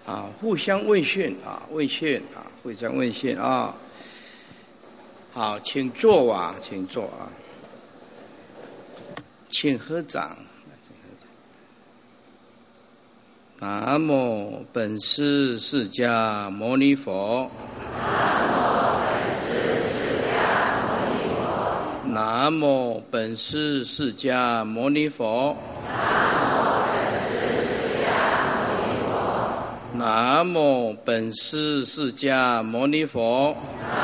互相问讯问讯互相问讯好，请坐请坐请合掌。南无本师释迦牟尼佛。南无本师释迦牟尼佛。南无本师释迦牟尼佛。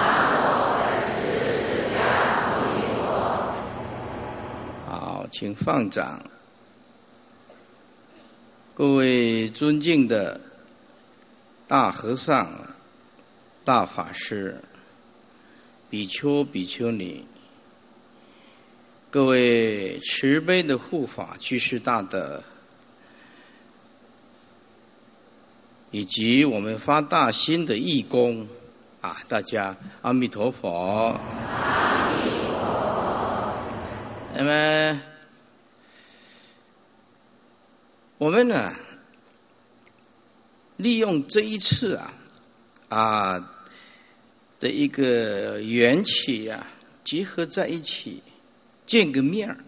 好，请放掌。各位尊敬的大和尚、大法师、比丘、比丘尼，各位慈悲的护法居士大德，以及我们发大心的义工大家阿弥陀佛。阿弥陀佛。那么我们呢，利用这一次的一个缘起结合在一起，见个面儿。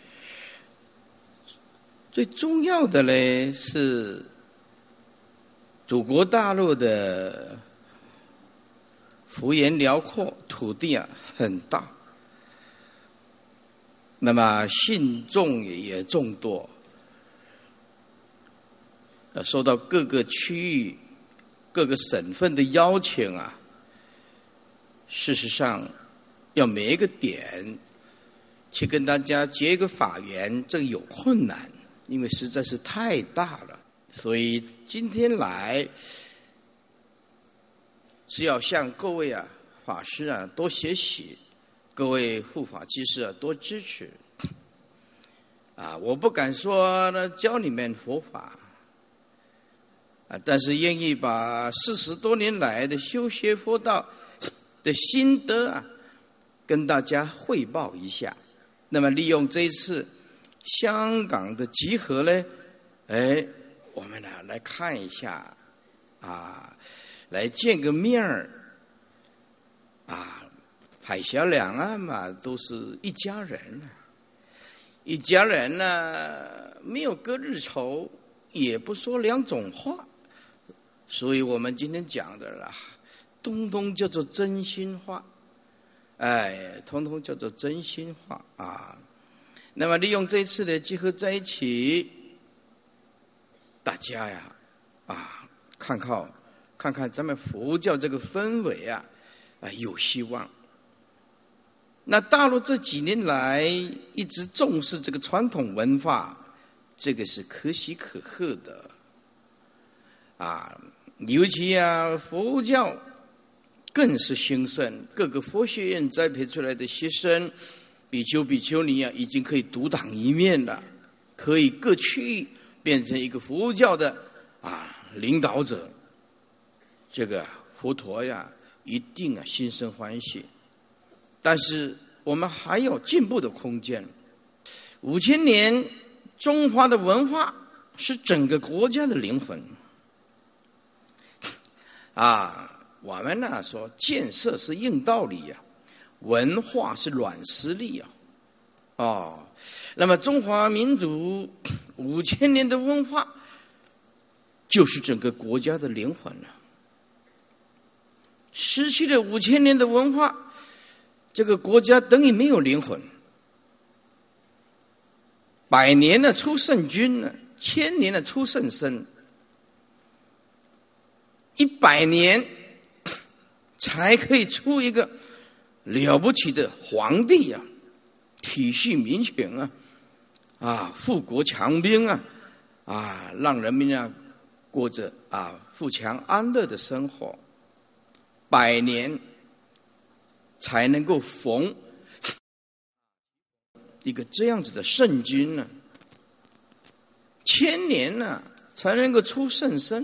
最重要的呢是，祖国大陆的幅员辽阔，土地很大，那么信众也众多。受到各个区域、各个省份的邀请事实上要每一个点去跟大家结一个法缘，这个有困难，因为实在是太大了。所以今天来是要向各位法师多学习，各位护法居士多支持我不敢说教你们佛法但是愿意把40多年来的修学佛道的心得跟大家汇报一下。那么利用这一次香港的集合呢，我们来看一下来见个面儿海峡两岸嘛，都是一家人一家人没有隔日仇，也不说两种话。所以我们今天讲的通通叫做真心话，通通叫做真心话那么利用这一次的集合在一起，大家看看咱们佛教这个氛围有希望。那大陆这几年来一直重视这个传统文化，这个是可喜可贺的尤其佛教更是兴盛，各个佛学院栽培出来的学生比丘比丘尼已经可以独当一面了，可以各区域变成一个佛教的领导者。这个佛陀一定心生欢喜。但是我们还有进步的空间。5000年中华的文化是整个国家的灵魂我们说建设是硬道理文化是软实力那么中华民族5000年的文化就是整个国家的灵魂失去了5000年的文化，这个国家等于没有灵魂。100年出圣君1000年出圣僧，100年才可以出一个了不起的皇帝体恤民情富国强兵让人民过着富强安乐的生活。100年才能够逢一个这样子的圣君1000年才能够出圣僧。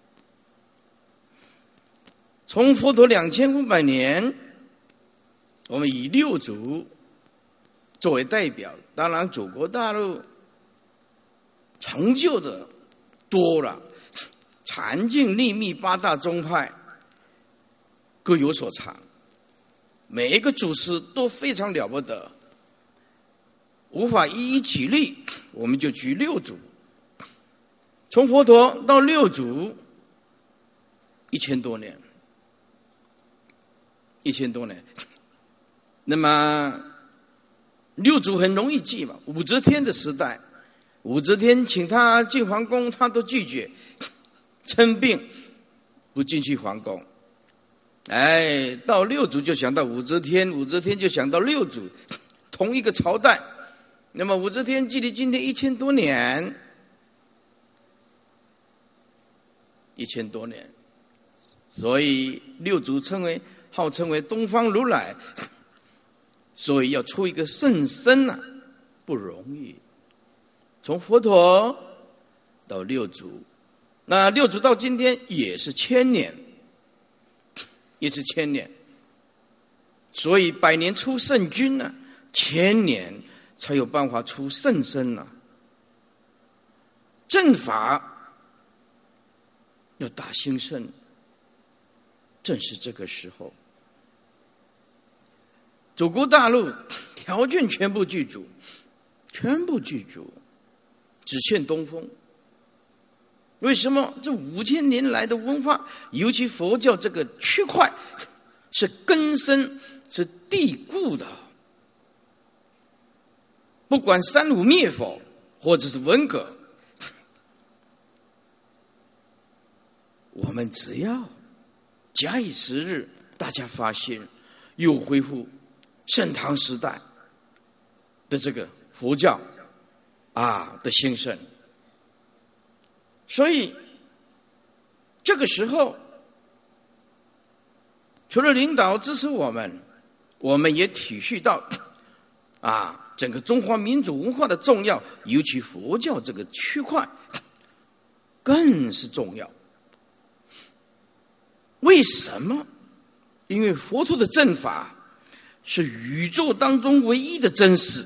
从佛陀2500年，我们以六祖作为代表，当然祖国大陆成就的多了， 禅净立密八大宗派各有所长，每一个祖师都非常了不得，无法一一举例，我们就举六祖。从佛陀到六祖1000多年，1000多年。那么六祖很容易记嘛，武则天的时代，武则天请他进皇宫，他都拒绝，称病不进去皇宫。到六祖就想到武则天，武则天就想到六祖，同一个朝代。那么武则天距离今天1000多年，1000多年，所以六祖号称为东方如来，所以要出一个圣僧啊，不容易。从佛陀到六祖，那六祖到今天也是1000年，也是1000年。所以100年出圣君呢，1000年才有办法出圣僧啊。正法要大兴盛，正是这个时候。祖国大陆条件全部具足，只欠东风。为什么？这5000年来的文化，尤其佛教这个区块，是根深是蒂固的。不管三武灭佛，或者是文革，我们只要假以时日，大家发现又恢复盛唐时代的这个佛教的兴盛。所以这个时候，除了领导支持我们也体恤到整个中华民族文化的重要，尤其佛教这个区块更是重要。为什么？因为佛陀的正法是宇宙当中唯一的真实，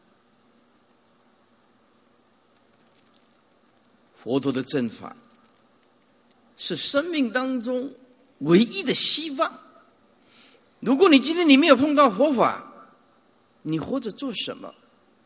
佛陀的正法是生命当中唯一的希望。如果你今天你没有碰到佛法，你活着做什么？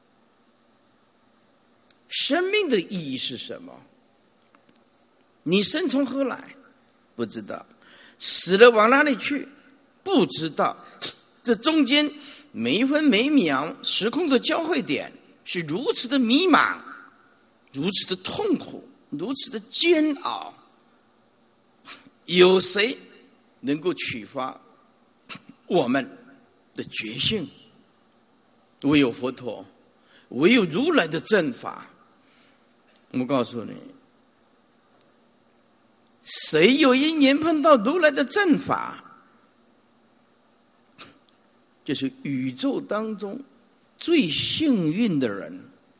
生命的意义是什么？你生从何来？不知道。死了往哪里去？不知道。这中间每一分每一秒时空的交汇点是如此的迷茫，如此的痛苦，如此的煎熬。有谁能够启发我们的觉性？唯有佛陀，唯有如来的正法。我告诉你，谁有因缘碰到如来的正法，就是宇宙当中最幸运的人。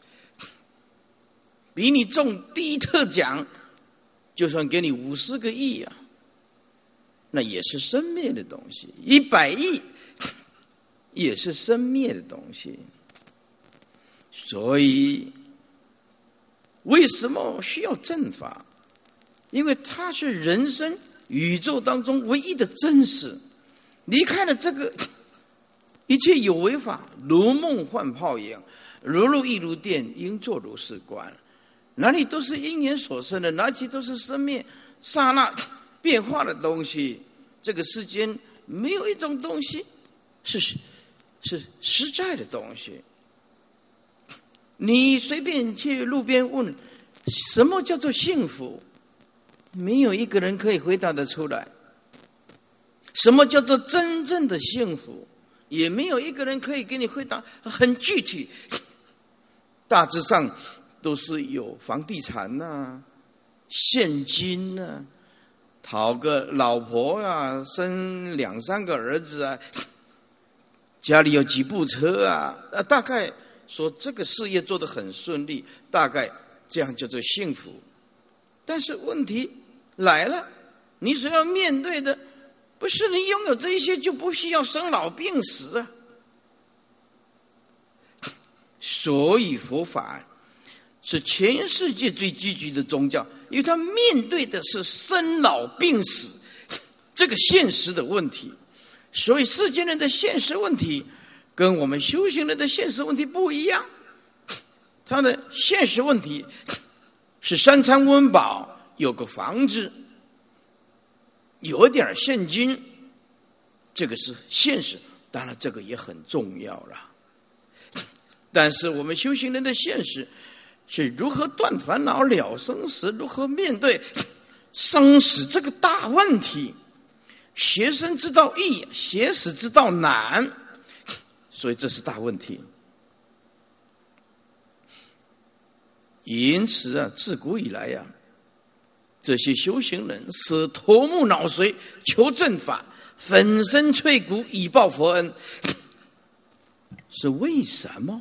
比你中第一特奖，就算给你50个亿那也是生灭的东西；100亿也是生灭的东西。所以为什么需要正法？因为它是人生宇宙当中唯一的真实。离开了这个，一切有为法如梦幻泡影，如露亦如电，应作如是观。哪里都是因缘所生的，哪里都是生灭刹那变化的东西。这个世间没有一种东西是实在的东西。你随便去路边问什么叫做幸福，没有一个人可以回答得出来。什么叫做真正的幸福，也没有一个人可以给你回答很具体。大致上都是有房地产现金讨个老婆生2、3个儿子家里有几部车大概说这个事业做得很顺利，大概这样叫做幸福。但是问题来了，你所要面对的不是你拥有这一些就不需要生老病死所以佛法是全世界最积极的宗教， 因为他面对的是生老病死这个现实的问题，所以世间人的现实问题跟我们修行人的现实问题不一样。他的现实问题是三餐温饱，有个房子，有一点现金，这个是现实，当然这个也很重要了。但是我们修行人的现实是如何断烦恼了生死，如何面对生死这个大问题。邪生之道易，邪死之道难，所以这是大问题。因此啊，自古以来啊，这些修行人舍头目脑髓求正法，粉身碎骨以报佛恩，是为什么？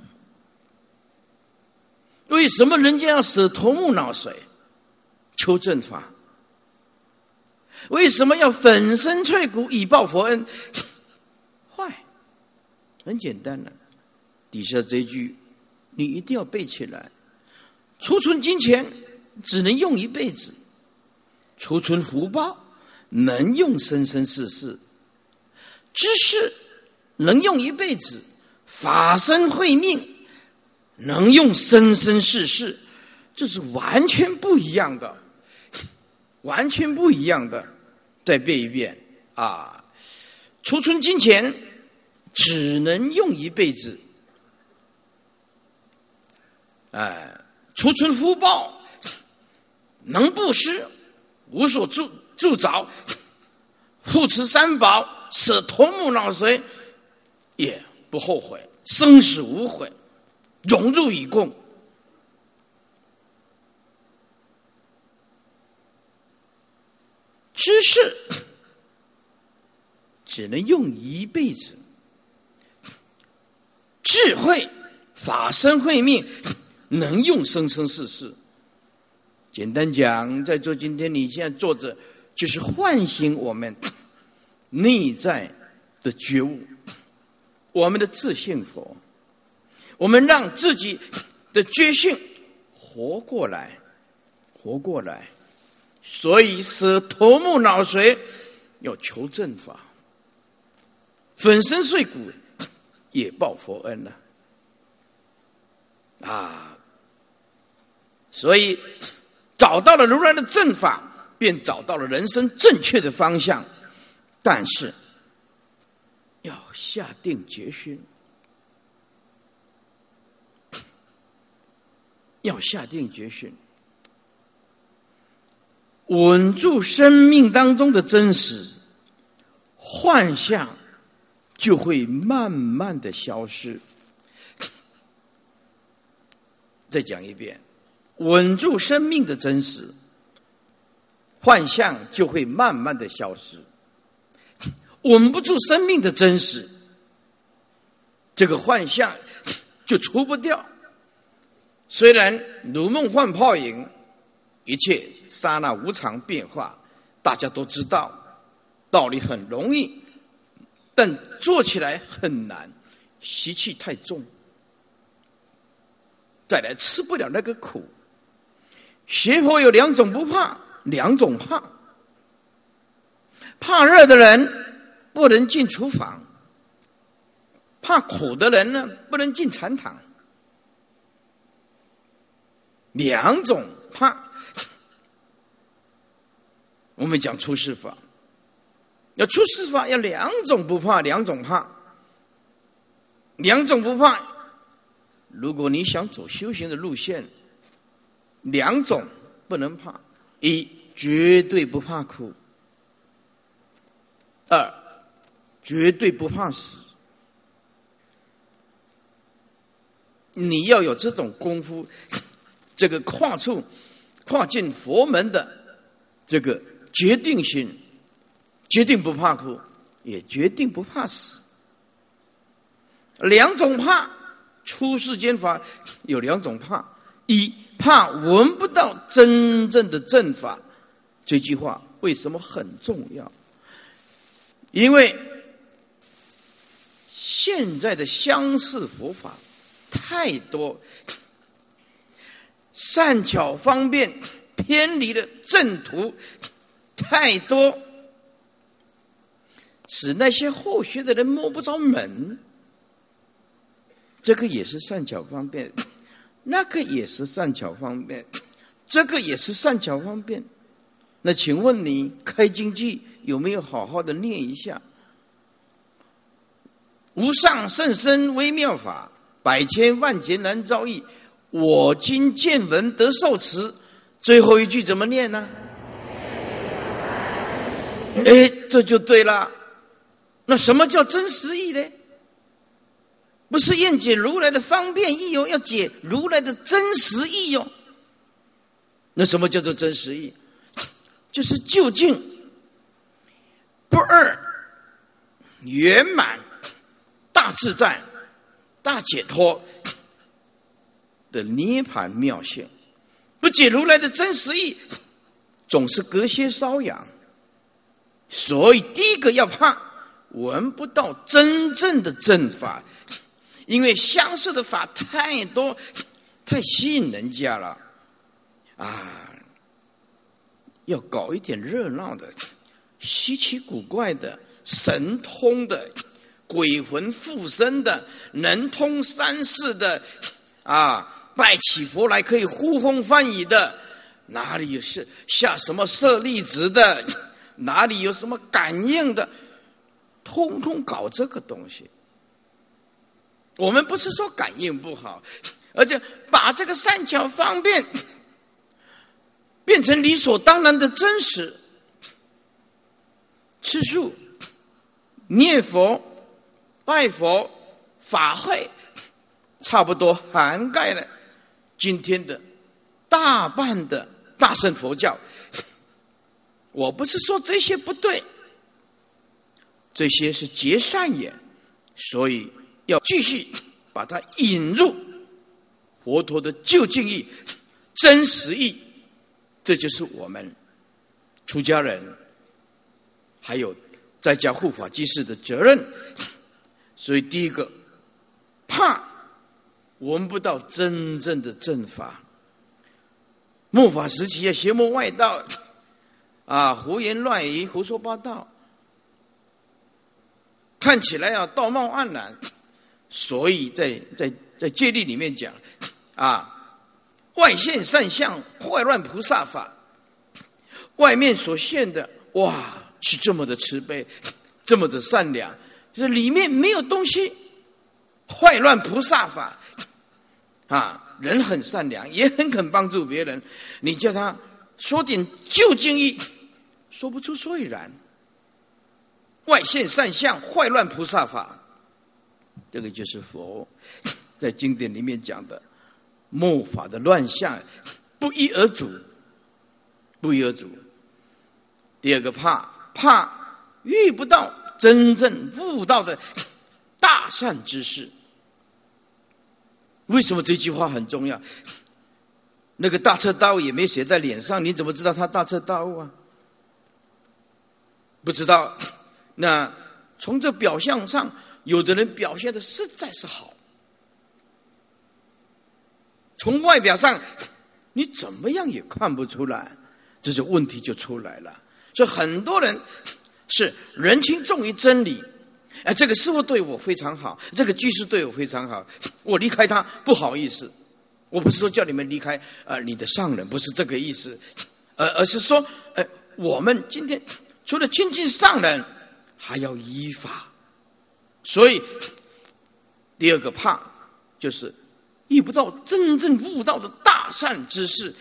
为什么人家要舍头目脑髓求正法？为什么要粉身碎骨以报佛恩？坏，很简单了。底下这一句你一定要背起来：储存金钱只能用一辈子，储存福报能用生生世世，知识能用一辈子，法身慧命能用生生世世，这是完全不一样的，完全不一样的。再背一遍啊！储存金钱只能用一辈子，储存福报能布施，无所助着，护持三宝，舍头目脑髓也不后悔，生死无悔，融入以供。知识只能用一辈子，智慧法身慧命能用生生世世。简单讲，在座今天你现在坐着，就是唤醒我们内在的觉悟，我们的自信佛，我们让自己的觉性活过来，活过来。所以舍头目脑髓要求正法，粉身碎骨也报佛恩了啊！所以找到了如来的正法，便找到了人生正确的方向。但是要下定决心，要下定决心，稳住生命当中的真实，幻象就会慢慢的消失。再讲一遍，稳住生命的真实，幻象就会慢慢的消失。稳不住生命的真实，这个幻象就除不掉。虽然如梦幻泡影，一切刹那无常变化，大家都知道，道理很容易，但做起来很难，习气太重，再来吃不了那个苦。学佛有两种不怕，两种怕。怕热的人不能进厨房，怕苦的人呢不能进禅堂。两种怕。我们讲出世法，要出世法要两种不怕，两种怕，两种不怕。如果你想走修行的路线，两种不能怕：一，绝对不怕苦；二，绝对不怕死。你要有这种功夫，这个跨进佛门的这个决定性，决定不怕苦，也决定不怕死。两种怕，出世间法有两种怕：一，怕闻不到真正的正法。这句话为什么很重要？因为现在的相似佛法太多，善巧方便偏离了正途太多，使那些后学的人摸不着门。这个也是善巧方便，那个也是善巧方便，这个也是善巧方便。那请问你开经记有没有好好的念一下？无上甚深微妙法，百千万劫难遭遇，我今见闻得受持。最后一句怎么念呢？这就对了。那什么叫真实义呢？不是验解如来的方便义哦，要解如来的真实义哦。那什么叫做真实义？就是究竟不二、圆满、大自在、大解脱的涅槃妙性。不解如来的真实义，总是隔靴搔痒。所以第一个要怕闻不到真正的正法，因为相似的法太多，太吸引人家了要搞一点热闹的、稀奇古怪的、神通的、鬼魂附身的、能通三世的拜起佛来可以呼风唤雨的，哪里有下什么舍利子的，哪里有什么感应的，通通搞这个东西。我们不是说感应不好，而且把这个善巧方便变成理所当然的真实。吃素、念佛、拜佛、法会，差不多涵盖了今天的大半的大乘佛教。我不是说这些不对，这些是结善缘，所以要继续把它引入佛陀的究竟义、真实义。这就是我们出家人还有在家护法居士的责任。所以第一个，怕闻不到真正的正法。末法时期啊，邪魔外道胡言乱语、胡说八道，看起来道貌岸然。所以在戒律里面讲外现善相，坏乱菩萨法。外面所现的是这么的慈悲，这么的善良，这里面没有东西，坏乱菩萨法人很善良，也很肯帮助别人，你叫他说点究竟义，说不出所以然。外现善相，坏乱菩萨法，这个就是佛在经典里面讲的末法的乱象，不一而足，不一而足。第二个怕遇不到真正悟道的大善之事。为什么这句话很重要？那个大彻大悟也没写在脸上，你怎么知道他大彻大悟啊？不知道。那从这表象上，有的人表现的实在是好，从外表上你怎么样也看不出来，这就问题就出来了。所以很多人是人轻重于真理，这个师父对我非常好，这个居士对我非常好，我离开他不好意思。我不是说叫你们离开你的上人，不是这个意思，而是说我们今天除了亲近上人，还要依法。所以第二个怕就是遇不到真正悟道的大善之事。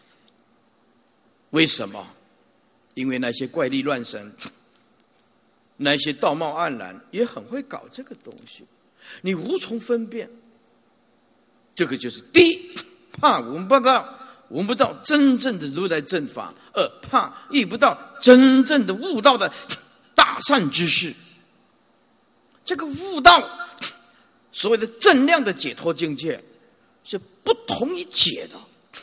为什么？因为那些怪力乱神，那些道貌岸然，也很会搞这个东西，你无从分辨。这个就是第一，怕闻不到真正的如来正法；二，怕遇不到真正的悟道的大善之事。这个悟道，所谓的正量的解脱境界，是不同于解的，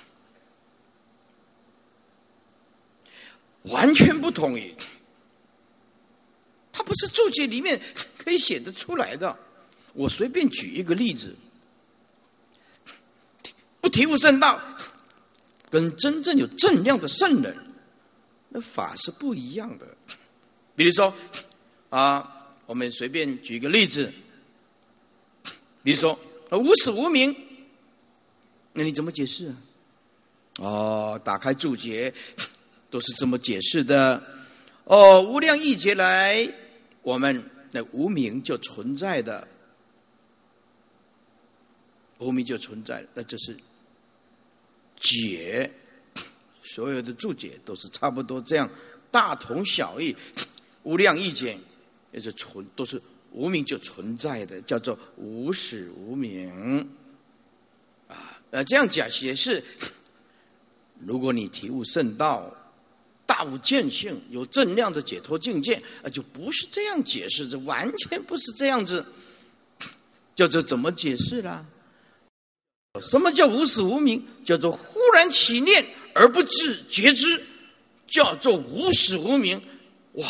完全不同于。它不是注解里面可以写得出来的。我随便举一个例子，不提悟圣道， 跟真正有正量的圣人，那法是不一样的。比如说我们随便举个例子，比如说无始无明，那你怎么解释打开注解都是这么解释的。无量亿劫来，我们的无明就存在的，无明就存在的，那这是解，所有的注解都是差不多这样，大同小异。无量亿劫也是都是无明就存在的，叫做无始无明这样讲解释，如果你体悟圣道，大悟见性，有正量的解脱境界，就不是这样解释，这完全不是这样子。叫做怎么解释啦？什么叫无始无明？叫做忽然起念而不自觉知，叫做无始无明。哇！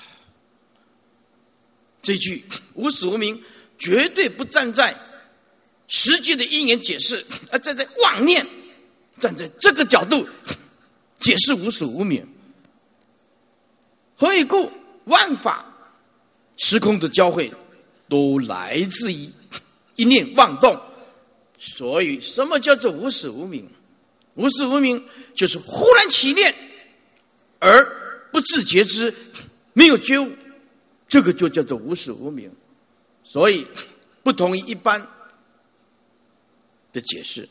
这句无始无明绝对不站在实际的因缘解释，而站在妄念，站在这个角度解释无始无明。何以故？万法时空的交汇都来自于一念妄动。所以什么叫做无始无明？无始无明就是忽然起念而不自觉知，没有觉悟，这个就叫做无始无明。所以不同于一般的解释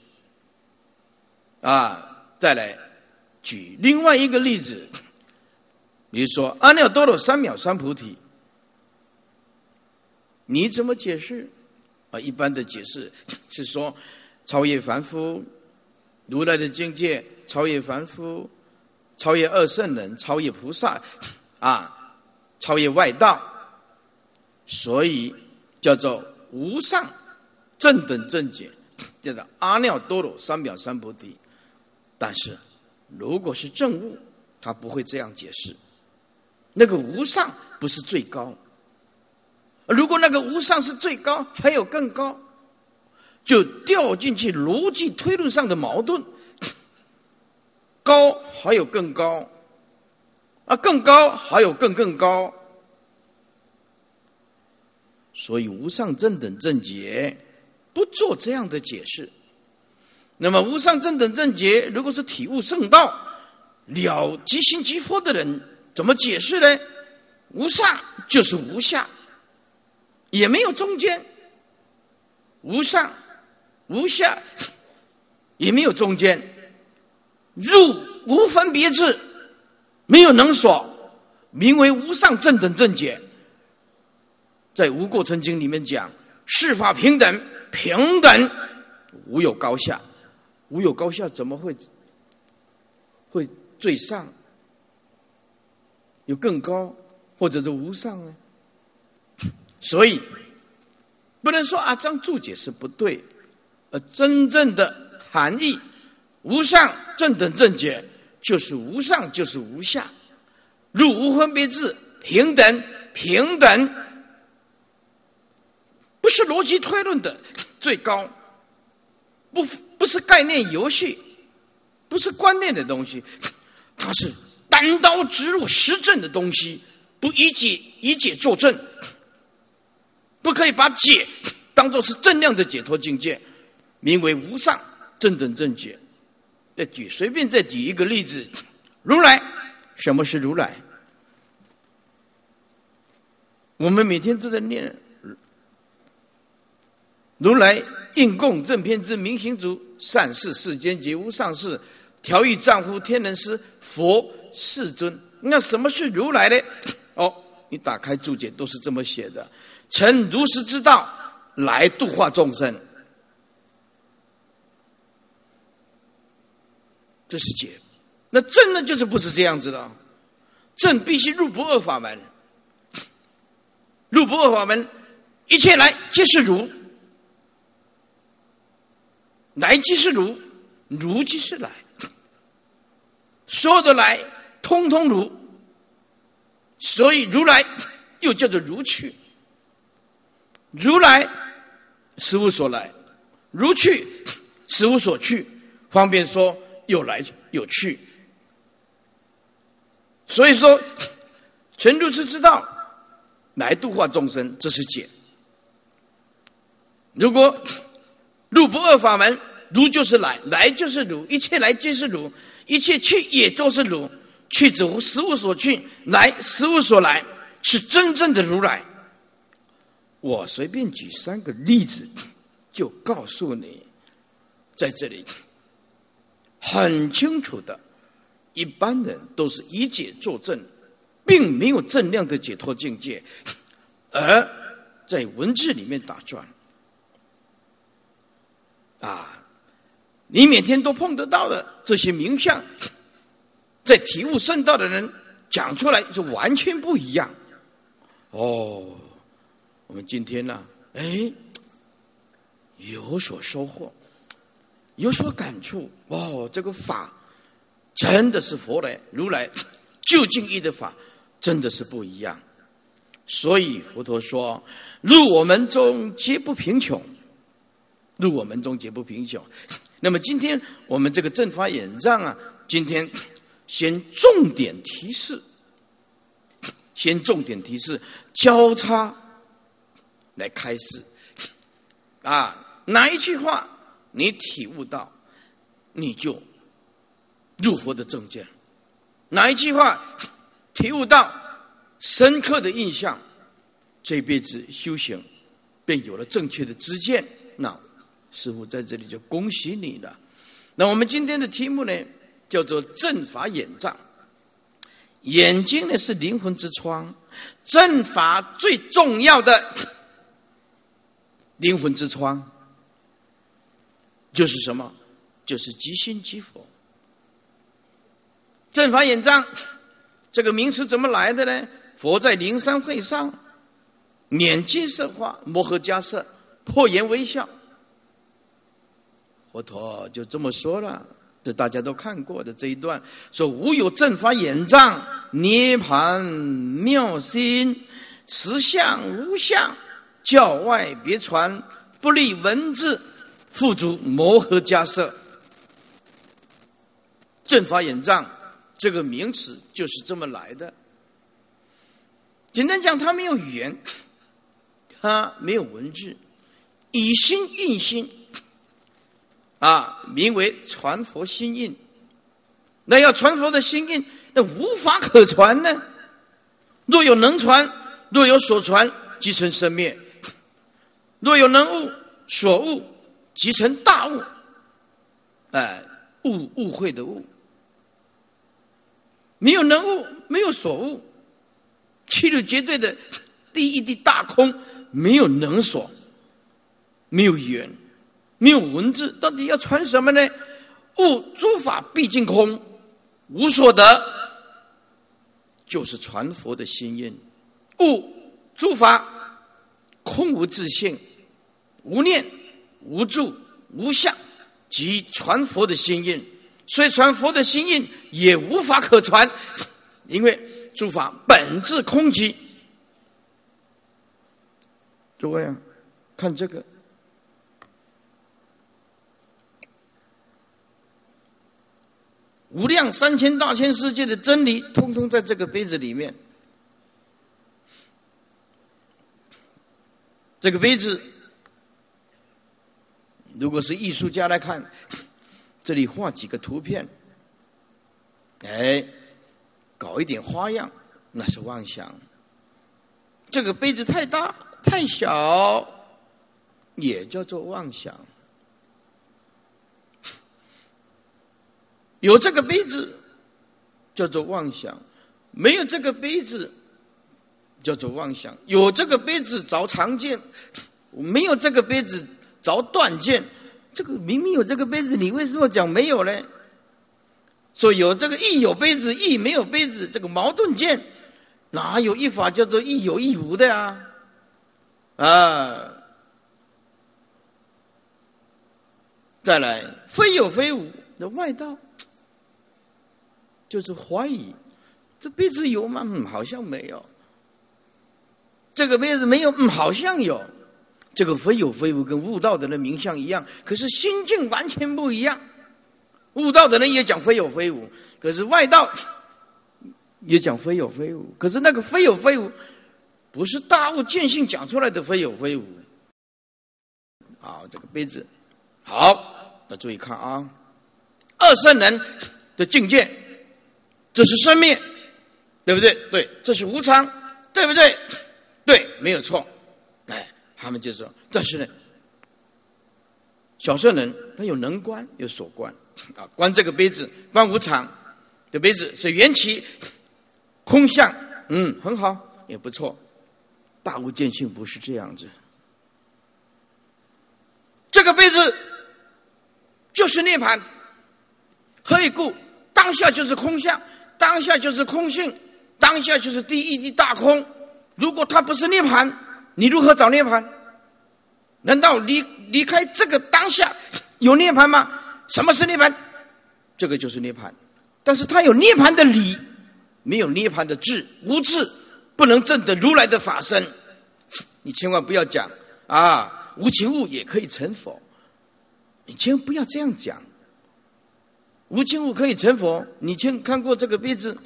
再来举另外一个例子，比如说阿耨多罗三藐三菩提，你怎么解释一般的解释是说超越凡夫，如来的境界超越凡夫，超越二圣人，超越菩萨超越外道，所以叫做无上正等正觉，叫做阿耨多罗三藐三菩提。但是如果是正悟，他不会这样解释。那个无上不是最高，如果那个无上是最高，还有更高，就掉进去逻辑推论上的矛盾。高还有更高更高还有更高。所以无上正等正觉不做这样的解释。那么无上正等正觉如果是体悟圣道了即心即佛的人，怎么解释呢？无上就是无下，也没有中间，无上无下也没有中间，入无分别智，没有能所，名为无上正等正觉。在无过程经里面讲，世法平等，平等无有高下。无有高下怎么会最上，有更高，或者是无上呢？所以不能说这样注解是不对，真正的含义，无上正等正觉就是无上就是无下，入无分别智，平等平等，不是逻辑推论的最高，不是概念游戏，不是观念的东西，它是单刀直入实证的东西，不以解作证，不可以把解当作是正量的解脱境界，名为无上正等正觉。随便再举一个例子，如来，什么是如来？我们每天都在念如来应供正遍知明行足，善事世间皆无上士，调御丈夫天人师，佛世尊。那什么是如来呢？你打开注解都是这么写的，成如实之道来度化众生。这是解。那正呢就是不是这样子的，正必须入不二法门，入不二法门，一切来皆是如，来即是如，如即是来，所有的来通通如，所以如来又叫做如去。如来实无所来，如去实无所去。方便说有来有去。所以说，纯如是之道来度化众生，这是解。如果入不二法门，如就是来，来就是如，一切来皆是如，一切去也都是如，去者无实无所去，来实无所来，是真正的如来。我随便举3个例子，就告诉你，在这里很清楚的，一般人都是以解作证，并没有正量的解脱境界，而在文字里面打转。你每天都碰得到的这些名相，在体悟圣道的人讲出来就完全不一样。我们今天呢，有所收获，有所感触。这个法真的是佛来如来究竟义的法，真的是不一样。所以佛陀说：“入我门中皆不贫穷。”入我门中皆不贫穷。那么今天我们这个正法眼藏今天先重点提示，交叉来开示。哪一句话你体悟到，你就入佛的正见；哪一句话体悟到深刻的印象，这辈子修行便有了正确的知见。那师父在这里就恭喜你了。那我们今天的题目呢，叫做正法眼藏。眼睛呢是灵魂之窗，正法最重要的灵魂之窗就是什么？就是即心即佛。正法眼藏这个名词怎么来的呢？佛在灵山会上捻金色花，摩诃迦叶，破颜微笑。佛陀就这么说了，这大家都看过的这一段，说无有正法眼藏，涅盘妙心，实相无相，教外别传，不立文字，付诸摩诃迦叶。正法眼藏这个名词就是这么来的。简单讲，它没有语言，它没有文字，以心印心名为传佛心印。那要传佛的心印，那无法可传呢。若有能传，若有所传，即成生灭；若有能悟，所悟即成大悟。误会的悟，没有能悟，没有所悟，去了绝对的第一地大空，没有能所，没有语言，没有文字，到底要传什么呢？悟诸法毕竟空，无所得，就是传佛的心印。悟诸法空无自性，无念无住无相，即传佛的心印。所以传佛的心印也无法可传，因为诸法本质空寂。诸位看这个，无量3000大千世界的真理，通通在这个杯子里面。这个杯子，如果是艺术家来看，这里画几个图片，搞一点花样，那是妄想。这个杯子太大太小，也叫做妄想。有这个杯子叫做妄想，没有这个杯子叫做妄想。有这个杯子着常见，没有这个杯子着断见。这个明明有这个杯子，你为什么讲没有呢？说有这个亦有杯子，亦没有杯子，这个矛盾见，哪有一法叫做亦有亦无的再来，非有非无的外道，就是怀疑这杯子有吗？好像没有。这个杯子没有，好像有。这个非有非无跟悟道的人名相一样，可是心境完全不一样。 悟道的人也讲非有非无，可是外道也讲非有非无，可是那个非有非无不是大悟见性讲出来的非有非无。好，这个杯子好，要注意看啊，二圣人的境界，这是生灭，对不对？对，这是无常，对不对？对，没有错。哎，他们就说，但是呢，小圣人他有能观，有所观啊。观这个杯子，观无常的杯子是缘起空相，很好，也不错。大悟见性不是这样子，这个杯子就是涅槃，何以故？当下就是空相，当下就是空性，当下就是第一地大空。如果它不是涅槃，你如何找涅槃？难道离开这个当下有涅槃吗？什么是涅槃？这个就是涅槃，但是它有涅槃的理，没有涅槃的智，无智不能证得如来的法身。你千万不要讲啊，无情物也可以成佛，你千万不要这样讲。无情物可以成佛，你看过这个杯子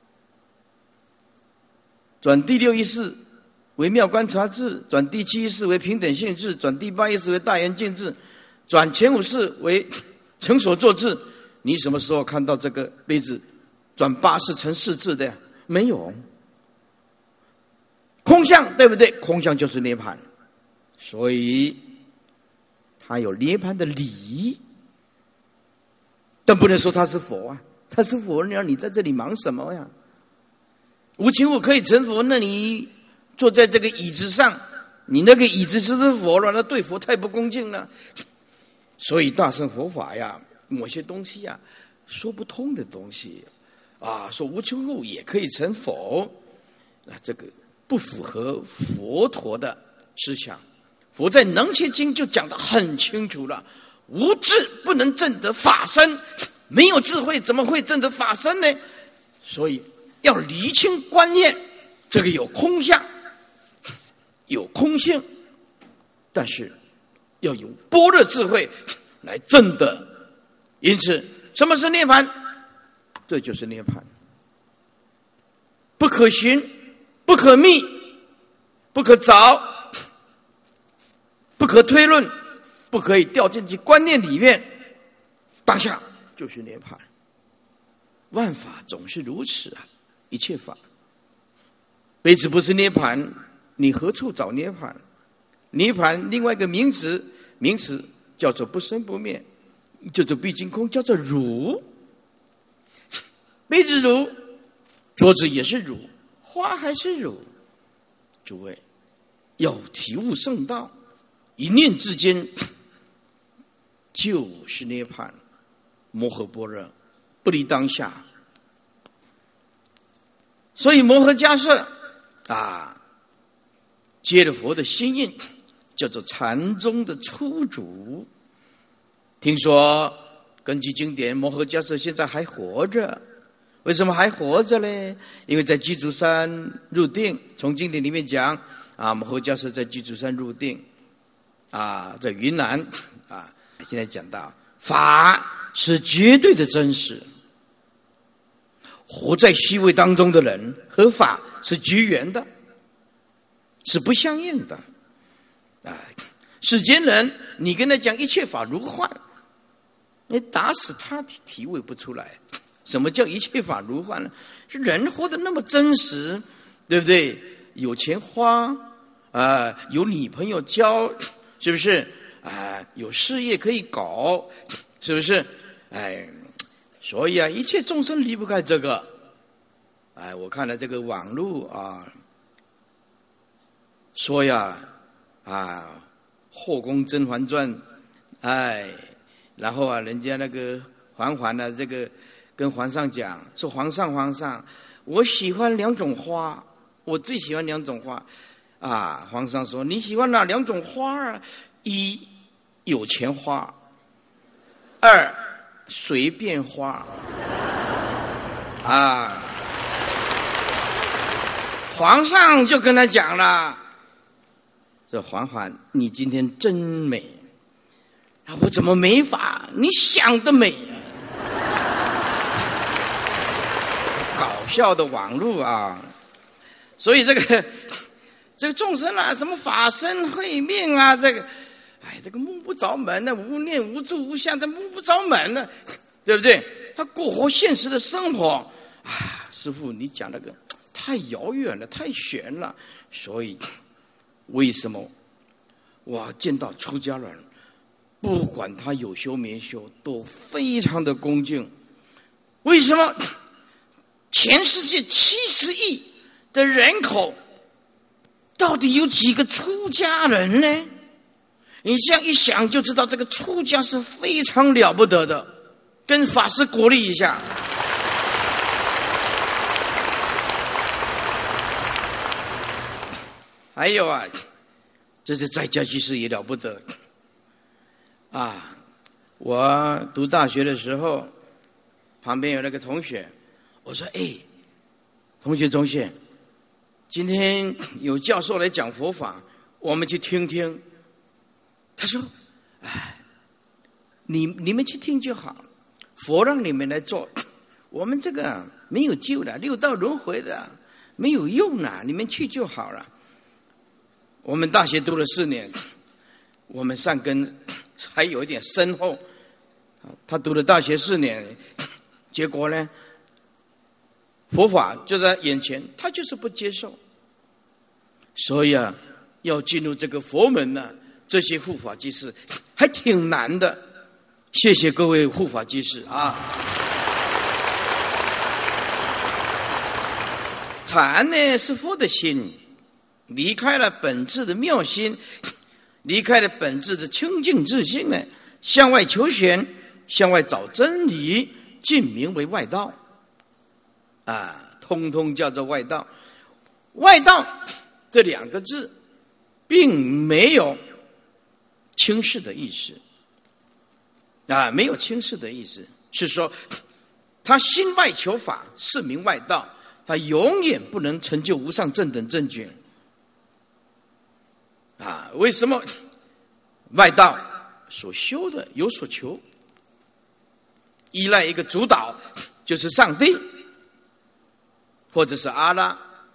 转第六意识为妙观察智，转第七意识为平等性智，转第八意识为大圆镜智，转前五识为成所作智。你什么时候看到这个杯子转八识成四智的呀？没有。空相对不对？空相就是涅槃，所以它有涅槃的理，但不能说他是佛啊，他是佛，你在这里忙什么呀？无情物可以成佛，那你坐在这个椅子上，你那个椅子就是佛了，那对佛太不恭敬了。所以大乘佛法呀，某些东西呀，说不通的东西啊，说无情物也可以成佛，那这个不符合佛陀的思想。佛在《能切经》就讲得很清楚了，无智不能证得法身，没有智慧怎么会证得法身呢？所以要厘清观念，这个有空相，有空性，但是要有般若智慧来证得。因此，什么是涅槃？这就是涅槃，不可寻，不可觅，不可找，不可推论，不可以掉进去观念里面，当下就是涅槃。万法总是如此啊，一切法。杯子不是涅槃，你何处找涅槃？涅槃另外一个名词叫做不生不灭，叫做毕竟空，叫做如。杯子如，桌子也是如，花还是如。诸位要体悟圣道，一念之间就是涅槃，摩诃般若，不离当下。所以摩诃迦叶接了佛的心印，叫做禅宗的初祖。听说根据经典，摩诃迦叶现在还活着。为什么还活着呢？因为在鸡足山入定。从经典里面讲摩诃迦叶在鸡足山入定在云南现在讲到法是绝对的真实，活在虚伪当中的人和法是绝缘的，是不相应的。世间人你跟他讲一切法如幻，你打死他体会不出来。什么叫一切法如幻呢？是人活得那么真实，对不对？有钱花有女朋友交，是不是？有事业可以搞，是不是？所以一切众生离不开这个。我看了这个网络说后宫甄嬛传，然后人家那个嬛嬛这个跟皇上讲说，皇上，我喜欢两种花，我最喜欢两种花。皇上说，你喜欢哪两种花啊？一，有钱花；二，随便花。皇上就跟他讲了，说嬛嬛，你今天真美。我怎么没法？你想得美票的网络啊。所以这个众生啊，什么法身慧命啊，这个摸不着门的，无念无住无相，他摸不着门的，对不对？他过活现实的生活啊，师父你讲那个太遥远了，太玄了。所以为什么我见到出家人，不管他有修没修，都非常的恭敬？为什么？全世界70亿的人口，到底有几个出家人呢？你这样一想就知道，这个出家是非常了不得的。跟法师鼓励一下。还有啊，这是在家居士也了不得啊！我读大学的时候，旁边有那个同学，我说：“哎，同学，今天有教授来讲佛法，我们去听听。”他说：“哎，你们去听就好，佛让你们来做，我们这个没有救的，六道轮回的，没有用了，你们去就好了。”我们大学读了4年，我们善根还有一点深厚。他读了大学4年，结果呢，佛法就在眼前，他就是不接受。所以啊，要进入这个佛门呢，这些护法居士还挺难的。谢谢各位护法居士啊！禅呢是佛的心。离开了本质的妙心，离开了本质的清净自信呢，向外求玄，向外找真理，尽名为外道啊，通通叫做外道。外道这2个字并没有轻视的意思啊，没有轻视的意思，是说他心外求法是名外道，他永远不能成就无上正等正觉啊。为什么？外道所修的有所求，依赖一个主导，就是上帝或者是阿拉。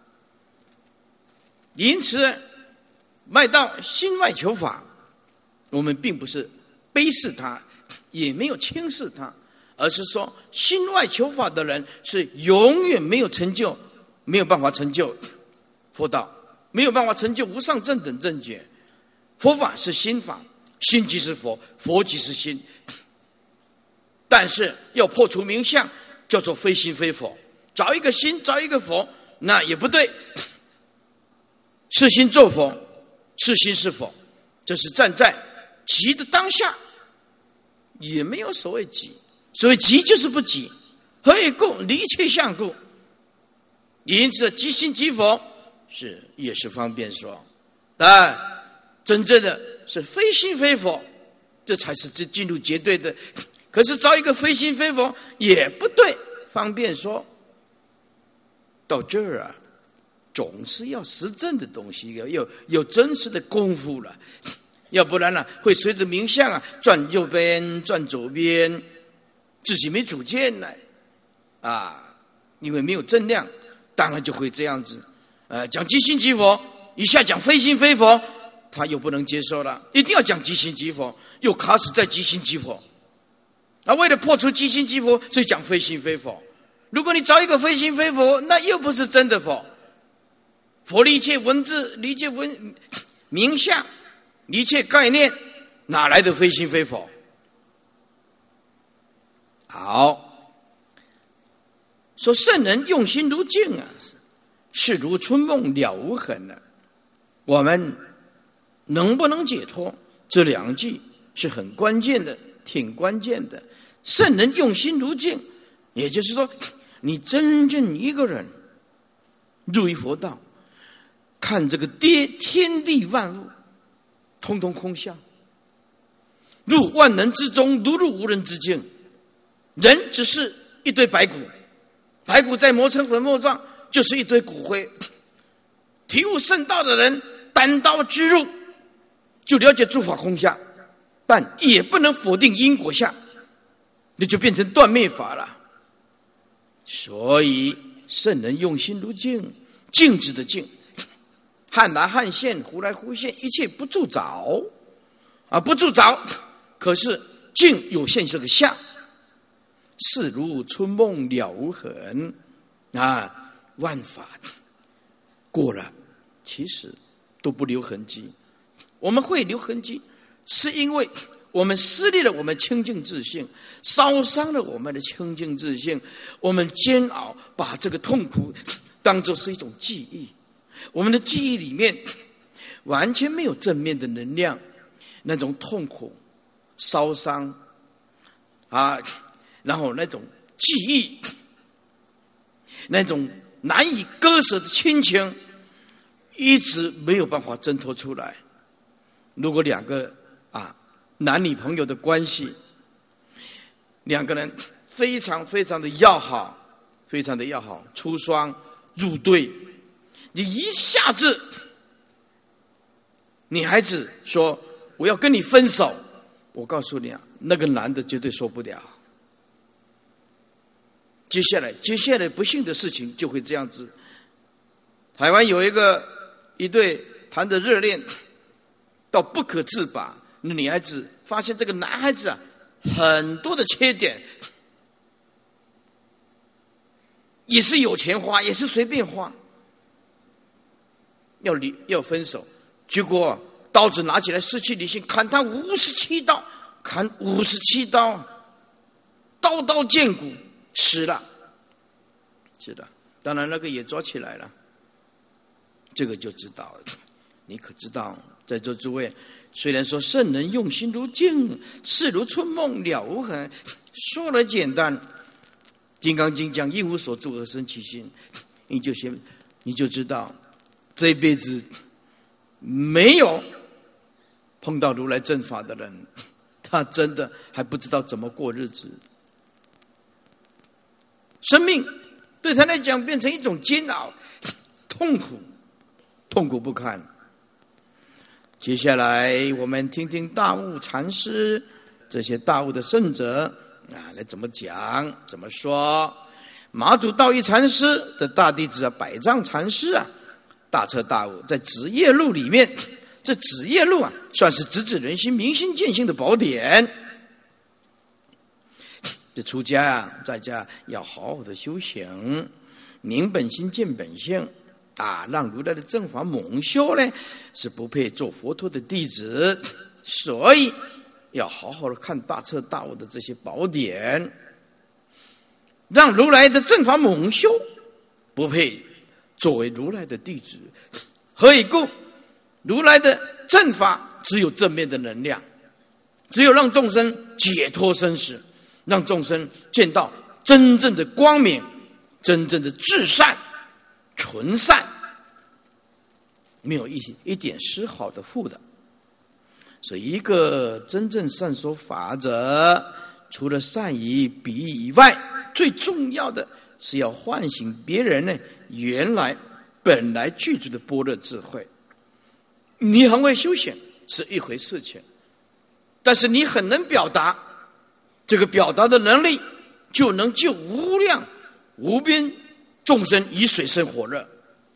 因此外道心外求法，我们并不是卑视他，也没有轻视他，而是说心外求法的人是永远没有成就，没有办法成就佛道，没有办法成就无上正等正觉。佛法是心法，心即是佛，佛即是心。但是要破除名相，叫做非心非佛。找一个心，找一个佛，那也不对。是心做佛，是心是佛，这是站在即的当下，也没有所谓即。所谓即就是不即，何以故？离一切相故。因此即心即佛也是方便说，但真正的是非心非佛，这才是进入绝对的。可是找一个非心非佛也不对，方便说。到这儿啊，总是要实证的东西，有真实的功夫了，要不然呢，会随着名相啊转右边转左边，自己没主见了啊，因为没有正量，当然就会这样子。讲即心即佛，一下讲非心非佛，他又不能接受了，一定要讲即心即佛，又卡死在即心即佛。为了破除即心即佛，所以讲非心非佛。如果你找一个非心非佛，那又不是真的佛。佛离一切文字，离一切名相，离一切概念，哪来的非心非佛？好，说圣人用心如镜啊，是如春梦了无痕了。我们能不能解脱？这2句是很关键的，挺关键的。圣人用心如镜，也就是说，你真正一个人入于佛道，看这个天地万物，通通空相，入万人之中，如入无人之境。人只是一堆白骨，白骨再磨成粉末状，就是一堆骨灰。体悟圣道的人，单刀直入，就了解诸法空相，但也不能否定因果相，那就变成断灭法了。所以圣人用心如镜，镜子的镜，汉来汉现，胡来胡现，一切不住着不住着。可是镜有现这个相，事如春梦了无痕万法过了，其实都不留痕迹。我们会留痕迹，是因为我们撕裂了我们清净自性，烧伤了我们的清净自性，我们煎熬，把这个痛苦当作是一种记忆。我们的记忆里面完全没有正面的能量，那种痛苦、烧伤然后那种记忆，那种难以割舍的亲情，一直没有办法挣脱出来。如果两个男女朋友的关系，两个人非常非常的要好，非常的要好，出双入对，你一下子，女孩子说我要跟你分手，我告诉你那个男的绝对受不了。接下来不幸的事情就会这样子。台湾有一对谈得热恋到不可自拔，那女孩子发现这个男孩子很多的缺点，也是有钱花，也是随便花，要分手，结果刀子拿起来失去理性，砍他57刀，砍57刀，刀刀见骨，死了。是的，当然那个也抓起来了，这个就知道了。你可知道，在座诸位，虽然说圣人用心如镜，事如春梦了无痕，说了简单，《金刚经》讲一无所住而生其心，你就知道，这辈子没有碰到如来正法的人，他真的还不知道怎么过日子。生命对他来讲变成一种煎熬，痛苦不堪。接下来我们听听大悟禅师这些大悟的圣者来怎么讲怎么说。马祖道一禅师的大弟子百丈禅师大彻大悟，在指业录里面，这指业录算是直指人心、明心见性的宝典。这出家在家要好好的修行，明本心见本性让如来的正法猛修呢，是不配做佛陀的弟子，所以要好好的看大彻大悟的这些宝典，让如来的正法猛修，不配作为如来的弟子。何以故？如来的正法只有正面的能量，只有让众生解脱生死，让众生见到真正的光明，真正的至善纯善，没有一点丝毫的负的。所以一个真正善说法者，除了善于比喻以外，最重要的是要唤醒别人呢原来本来具足的般若智慧。你很会修行是一回事情，但是你很能表达，这个表达的能力就能救无量无边众生于水深火热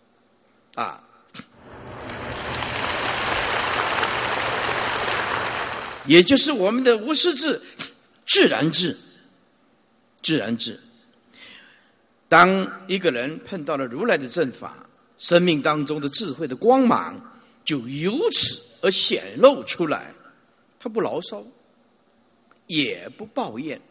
也就是我们的无师智、自然智。自然智，当一个人碰到了如来的正法，生命当中的智慧的光芒就由此而显露出来。他不牢骚，也不抱怨，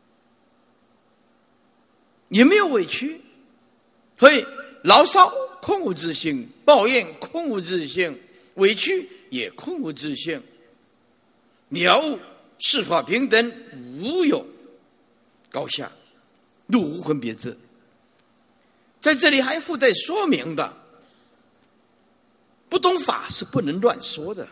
也没有委屈，所以牢骚空无自性，抱怨空无自性，委屈也空无自性。了悟四法平等，无有高下，入无分别智。在这里还附带说明的，不懂法是不能乱说的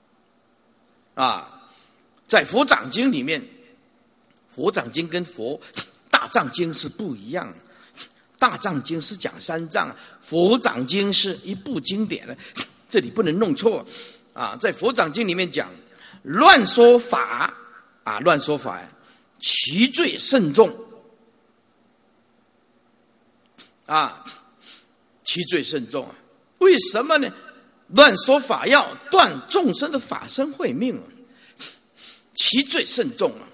在佛藏经里面，佛藏经跟大藏经是不一样。大藏经是讲三藏，佛藏经是一部经典的，这里不能弄错在佛藏经里面讲乱说法乱说法其罪甚重其罪甚重啊！为什么呢？乱说法要断众生的法身慧命啊，其罪甚重啊！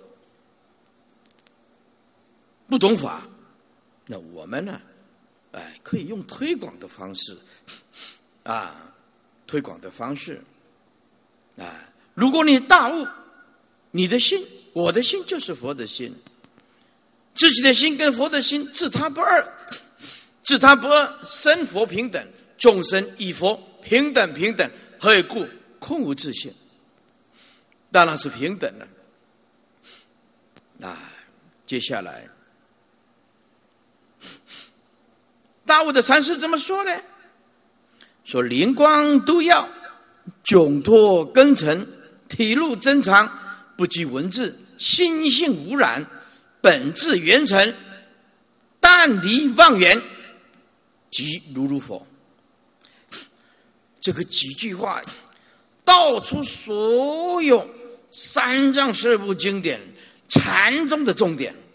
不懂法，那我们呢？可以用推广的方式推广的方式如果你大悟，你的心，我的心就是佛的心，自己的心跟佛的心自他不二，自他不二，生佛平等，众生与佛平等平等，何以故？空无自性，当然是平等了。接下来大悟的禅师怎么说呢？说灵光督耀，窘脱根尘，体入真常，不拘文字，心性无染，本质圆成，淡离妄言，即如佛。这个几句话道出所有三藏十二部经典禅宗的重点，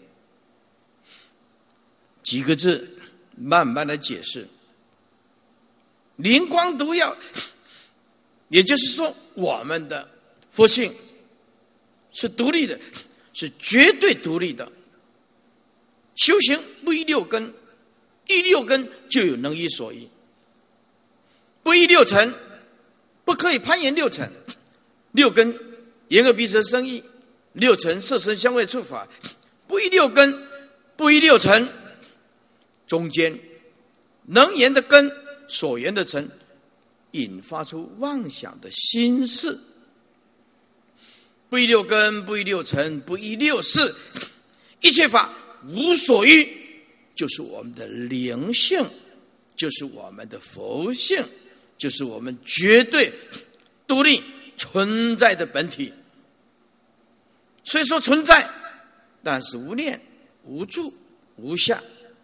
几个字慢慢的解释。灵光督耀，也就是说我们的佛性是独立的，是绝对独立的。修行不依六根，依六根就有能依所依，不依六尘，不可以攀岩六尘。六根眼耳鼻舌身意，六尘色声香味触法，不依六根，不依六尘，中间能言的根，所言的尘，引发出妄想的心事。不依六根，不依六尘，不依六事，一切法无所依，就是我们的灵性，就是我们的佛性，就是我们绝对独立存在的本体。虽说存在，但是无念、无住、无相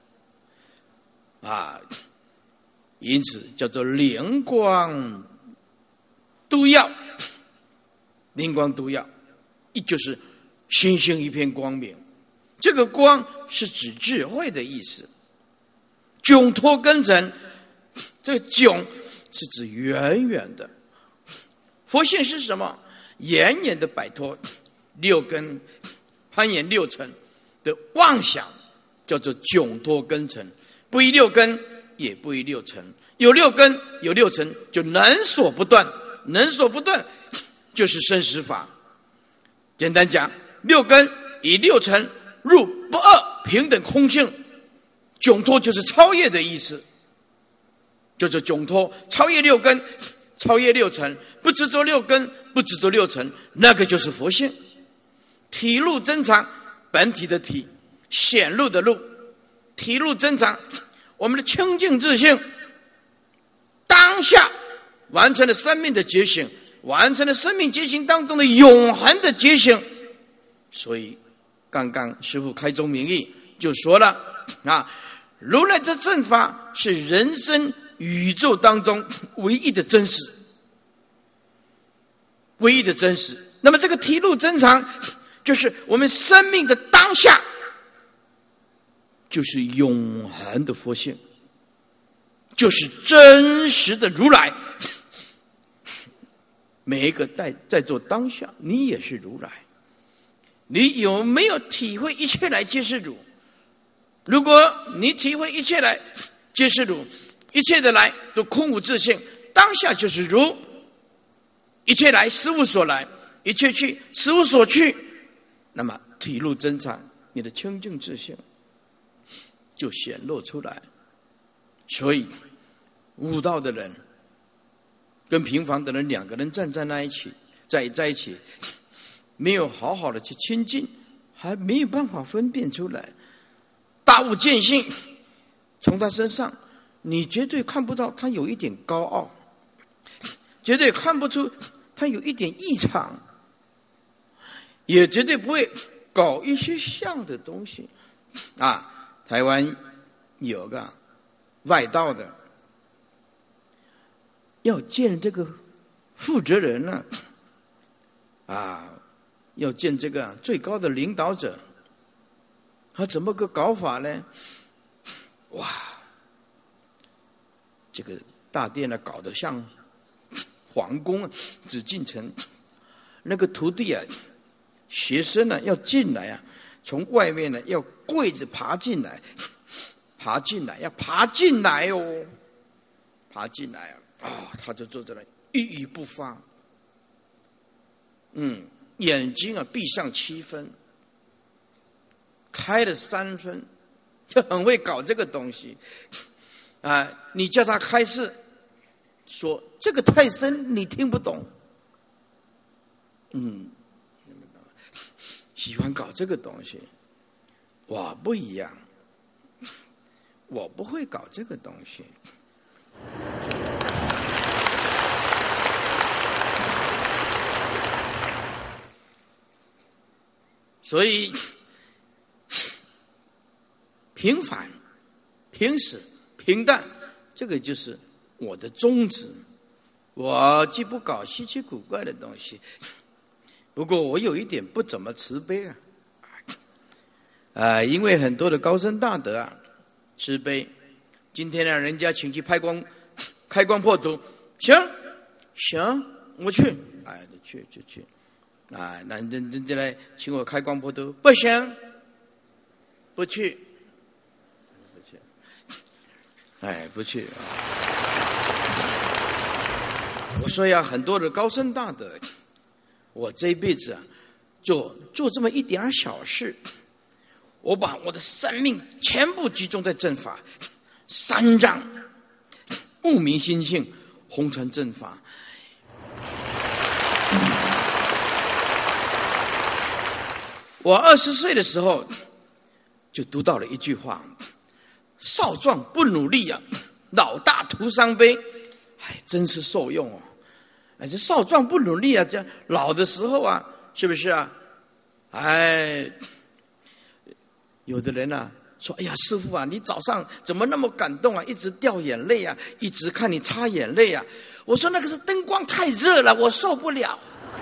因此叫做灵光督耀。灵光督耀，就是星星一片光明。这个光是指智慧的意思。窘脱根尘，这个窘是指远远的。佛性是什么？远远的摆脱六根攀岩六尘的妄想，叫做窘脱根尘。不依六根，也不依六尘。有六根有六尘，就能所不断，能所不断就是生死法。简单讲，六根以六尘入不二平等空性，窘脱就是超越的意思，就是窘脱，超越六根，超越六尘，不执着六根，不执着六尘，那个就是佛性。体入真常，本体的体，显露的露，体入真常，我们的清净自性，当下完成了生命的觉醒，完成了生命觉醒当中的永恒的觉醒。所以刚刚师父开宗明义就说了如来的正法是人生宇宙当中唯一的真实，唯一的真实。那么这个体入真常，就是我们生命的当下，就是永恒的佛性，就是真实的如来。每一个在做当下，你也是如来。你有没有体会一切来皆是如？如果你体会一切来皆是如，一切的来都空无自性，当下就是如。一切来实无所来，一切去实无所去，那么体入真常，你的清净自性就显露出来。所以悟道的人跟平凡的人两个人站在那一起，在一起，没有好好的去亲近，还没有办法分辨出来。大悟见性，从他身上你绝对看不到他有一点高傲，绝对看不出他有一点异常，也绝对不会搞一些像的东西台湾有个外道的，要见这个负责人呢要见这个最高的领导者，他怎么个搞法呢？哇， 这个大殿呢搞得像皇宫啊，紫禁城。那个徒弟啊，学生呢要进来啊，从外面呢要跪着爬进来，要爬进来哦，爬进来啊，他就坐在那一语不发，眼睛啊闭上7分，开了3分，就很会搞这个东西啊！你叫他开示，说这个太深，你听不懂。喜欢搞这个东西，我不一样，我不会搞这个东西。所以平凡、平实、平淡，这个就是我的宗旨。我既不搞稀奇古怪的东西，不过我有一点不怎么慈悲因为很多的高僧大德啊，慈悲。今天呢，人家请去开光破土，行，我去，去就去，那人家来请我开光破土，不行，不去，不去。我说呀，很多的高僧大德，我这一辈子啊，做这么一点小事，我把我的生命全部集中在正法，3藏、悟明心性、红传正法。我20岁的时候就读到了一句话：少壮不努力啊，老大徒伤悲。真是受用哦！这少壮不努力啊，这老的时候啊，是不是啊？有的人啊说：“哎呀，师父啊，你早上怎么那么感动啊？一直掉眼泪啊，一直看你擦眼泪啊。”我说：“那个是灯光太热了，我受不了。”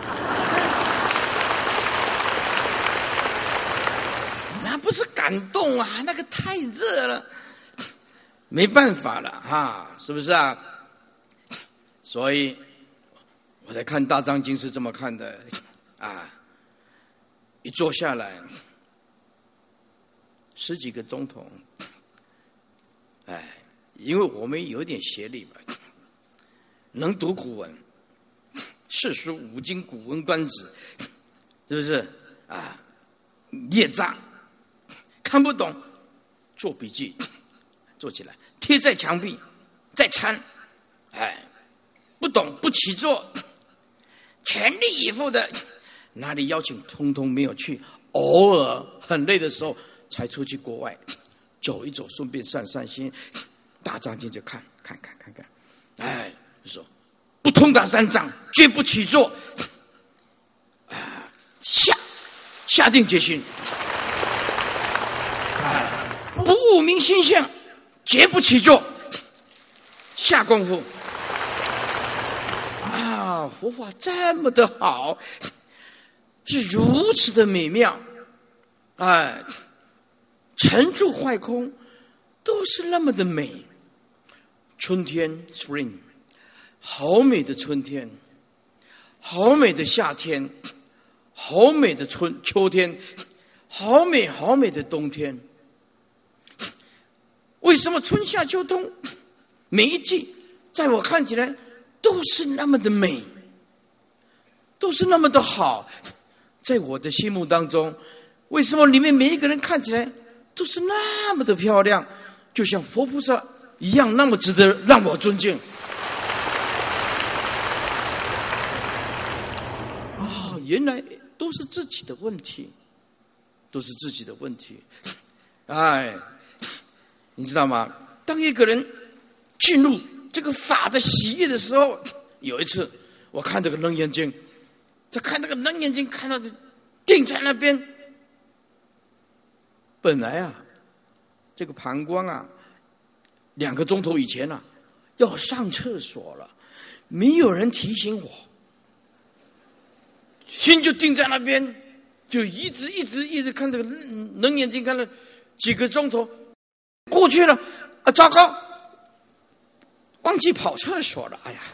那不是感动啊，那个太热了，没办法了是不是啊？所以我在看《大藏经》是这么看的一坐下来10几个钟头，因为我们有点学历嘛，能读古文，4书5经古文观止，是不是业障看不懂，做笔记，做起来贴在墙壁，再参，不懂不起坐，全力以赴的，哪里邀请通通没有去，偶尔很累的时候才出去国外走一走，顺便散散心。大藏经就看，说不通达3藏，绝不起坐，下定决心，不悟明心性，绝不起坐，下功夫。佛法这么的好，是如此的美妙，成住坏空都是那么的美。春天 spring， 好美的春天，好美的夏天，好美的秋天，好美好美的冬天。为什么春夏秋冬每一季在我看起来都是那么的美，都是那么的好？在我的心目当中，为什么里面每一个人看起来都是那么的漂亮，就像佛菩萨一样，那么值得让我尊敬？原来都是自己的问题，都是自己的问题。你知道吗？当一个人进入这个法的喜悦的时候，有一次我看这个楞严经，看这个楞严经，看到定在那边，本来这个膀胱2个钟头以前要上厕所了，没有人提醒我，心就定在那边，就一直看这个楞严经，看了几个钟头过去了，糟糕， 忘记跑厕所了，哎呀，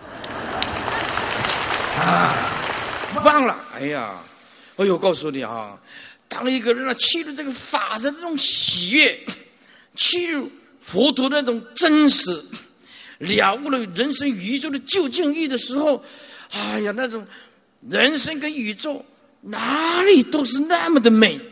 忘了，哎呀，哎呦，告诉你啊，当一个人弃入这个法的这种喜悦，弃入佛陀那种真实，了悟了人生宇宙的究竟义的时候，哎呀，那种人生跟宇宙哪里都是那么的美，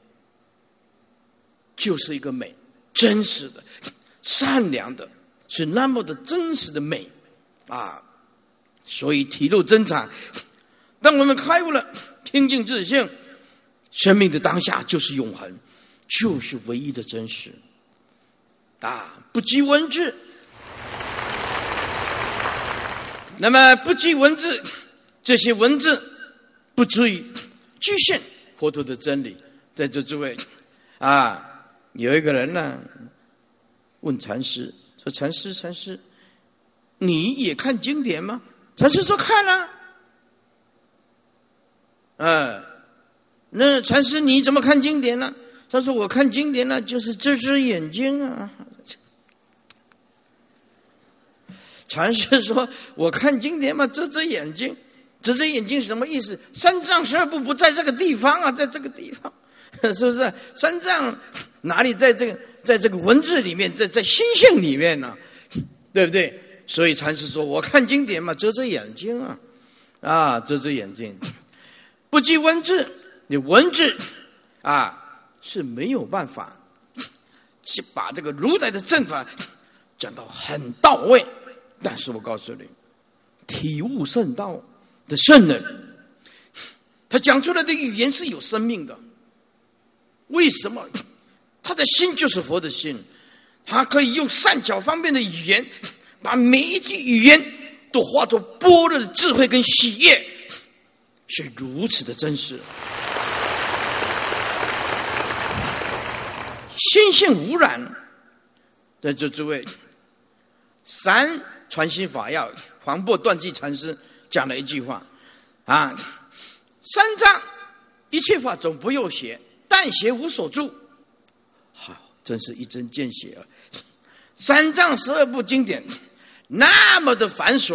就是一个美，真实的、善良的，是那么的真实的美啊！所以体露真禅，当我们开悟了清净自性，生命的当下就是永恒，就是唯一的真实啊！不拘文字，那么不拘文字，这些文字不足以局限佛陀的真理。在这诸位啊，有一个人呢问禅师说：“禅师，你也看经典吗？”禅师说：“看啊。”那禅师你怎么看经典呢？他说：“我看经典呢，就是遮遮眼睛啊。”禅师说：“我看经典嘛，遮遮眼睛。遮遮眼睛是什么意思？三藏十二部不在这个地方啊，在这个地方，是不是？三藏哪里在这个文字里面，在心性里面呢？对不对？所以禅师说：我看经典嘛，遮遮眼睛啊，遮遮眼睛，不拘文字。你文字啊是没有办法去把这个如来的正法讲到很到位。但是我告诉你，体悟圣道的圣人，他讲出来的语言是有生命的。为什么？他的心就是佛的心，他可以用善巧方便的语言，把每一句语言都化作般若的智慧跟喜悦，是如此的真实。心性无染，在这诸位，三传心法要，黄檗断际禅师讲了一句话啊：三藏一切法总不用学，但学无所住。好，真是一针见血了。三藏十二部经典那么的繁琐，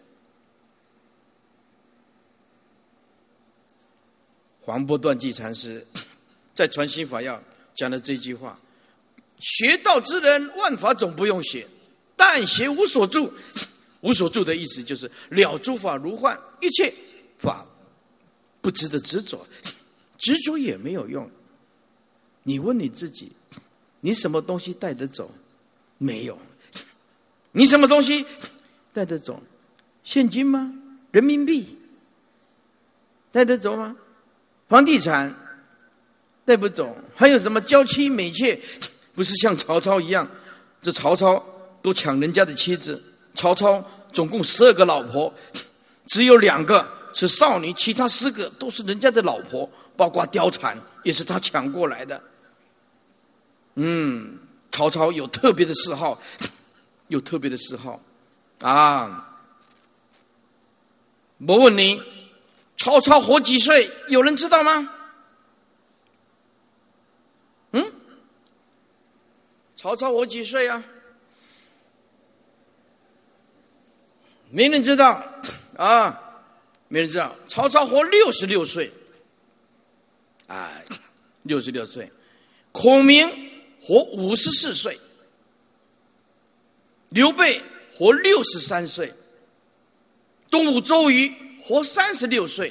黄檗断际禅师在传心法要讲的这句话：学道之人，万法总不用学，但学无所住。无所住的意思就是了诸法如幻，一切法不值得执着，执着也没有用。你问你自己，你什么东西带得走？没有。你什么东西带得走？现金吗？人民币带得走吗？房地产带不走。还有什么娇妻美妾？不是像曹操一样，这曹操都抢人家的妻子。曹操总共12个老婆，只有2个是少女，其他4个都是人家的老婆，包括貂蝉也是他抢过来的。曹操有特别的嗜好，啊！我问你，曹操活几岁？有人知道吗？曹操活几岁啊？没人知道啊，没人知道。曹操活66岁，66岁。孔明活54岁，刘备活63岁，东吴周瑜活36岁，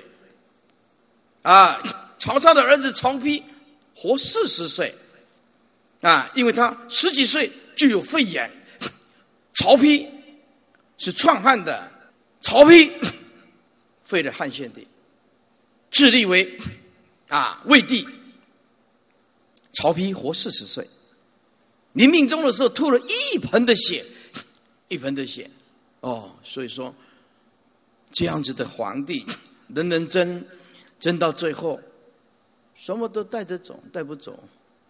曹操的儿子曹丕活40岁，因为他10几岁就有肺炎。曹丕是创汉的，曹丕废了汉献帝，自立为魏帝。曹丕活40岁，临命终的时候吐了一盆的血，所以说这样子的皇帝，人争到最后，什么都带着走，带不走。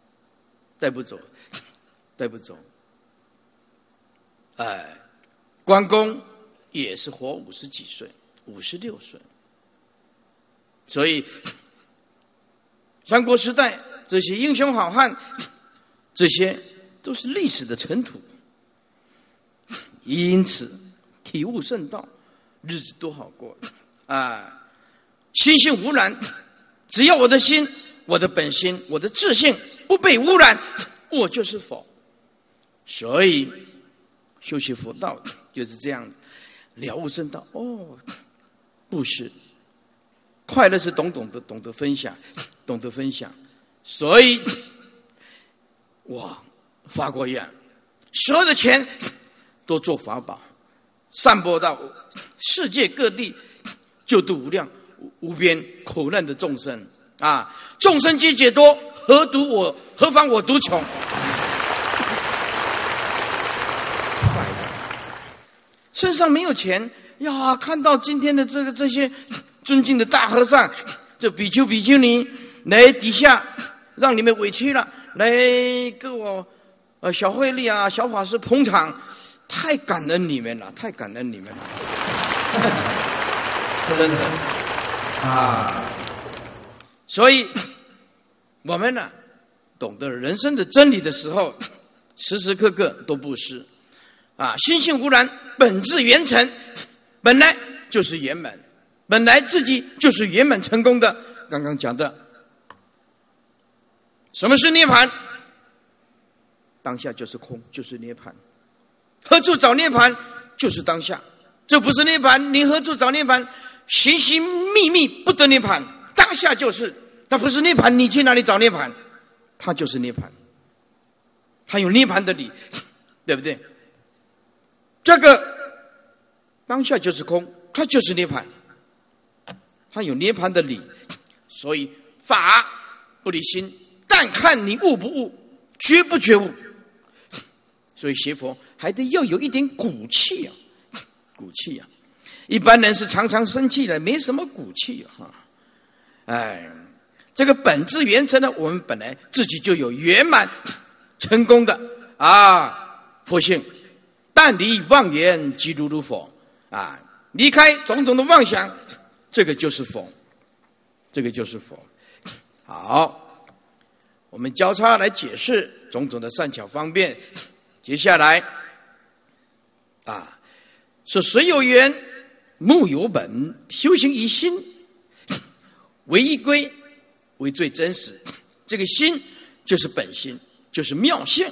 关公也是活50几岁，56岁。所以三国时代这些英雄好汉，这些都是历史的尘土。 因此体悟圣道，日子都好过啊！心性无染，只要我的心、我的本心、我的自性不被污染，我就是佛。所以修习佛道就是这样子，了悟圣道。哦，布施、快乐是懂得分享，懂得分享。所以，我发过愿，所有的钱都做法宝，散播到世界各地，救度无量无边苦难的众生啊！众生皆解脱，何妨我独穷？身上没有钱呀，看到今天的这些尊敬的大和尚，这比丘比丘尼来底下，让你们委屈了，来跟我小慧丽啊、小法师捧场，太感恩你们了，太感恩你们了，真的啊！所以我们呢，懂得人生的真理的时候，时时刻刻都布施啊，心性无染，本质圆成，本来就是圆满，本来自己就是圆满成功的。刚刚讲的，什么是涅槃？当下就是空，就是涅槃。何处找涅槃？就是当下。这不是涅槃，你何处找涅槃？寻寻觅觅不得涅槃，当下就是。它不是涅槃，你去哪里找涅槃？它就是涅槃，它有涅槃的理，对不对？这个当下就是空，它就是涅槃，它有涅槃的理。所以法不离心，但看你悟不悟，觉不觉悟。所以学佛还得要有一点骨气啊，骨气啊！一般人是常常生气的，没什么骨气啊！哎，这个本质圆成呢，我们本来自己就有圆满成功的佛性，但离妄言即如佛啊！离开种种的妄想，这个就是佛，这个就是佛。好，我们交叉来解释种种的善巧方便。接下来说水有源，木有本，修行以心为依归，为最真实。这个心就是本心，就是妙性。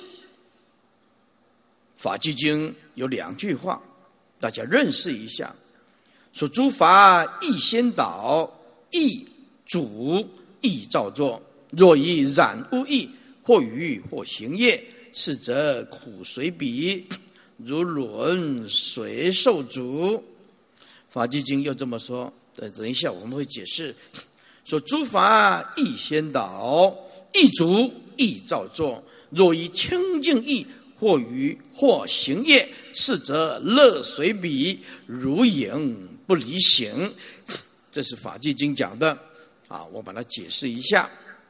法纪经有2句话，大家认识一下，说诸法亦先导，亦主，亦造作。若以染污意，或语或行业，是则苦随彼，如轮随受阻。法纪经又这么说，等一下我们会解释，说诸法亦先导，亦主，亦造作。若以清净意，或语或行业，是则乐随彼，如影不离形。这是法纪经讲的我把它解释一下。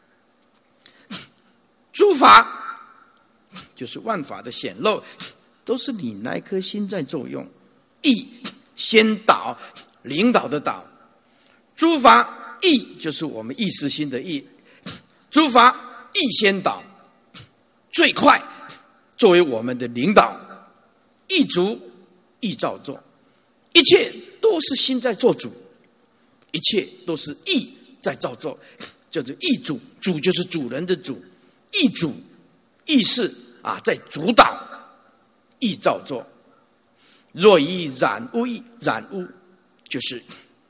诸法就是万法的显露，都是你那颗心在作用。意先导，领导的导。诸法意就是我们意识心的意。诸法意先导，最快作为我们的领导。意主，意造作。一切都是心在做主，一切都是意在造作，叫做意主。主就是主人的主，意主，意识在主导，意造作。若以染污意，染污就是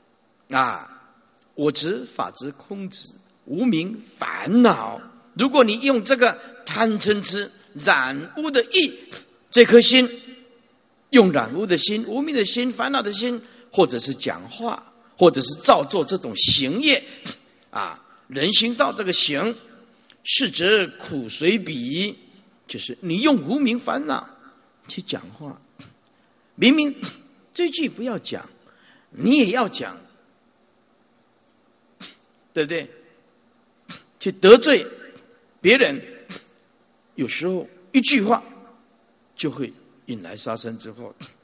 我执、法执、空执、无明、烦恼。如果你用这个贪嗔痴染污的意，这颗心用染污的心、无明的心、烦恼的心，或者是讲话，或者是造作这种行业人行道这个行，是则苦随彼，就是你用无明烦恼去讲话，明明这句不要讲，你也要讲，对不对？去得罪别人，有时候一句话就会引来杀身之祸。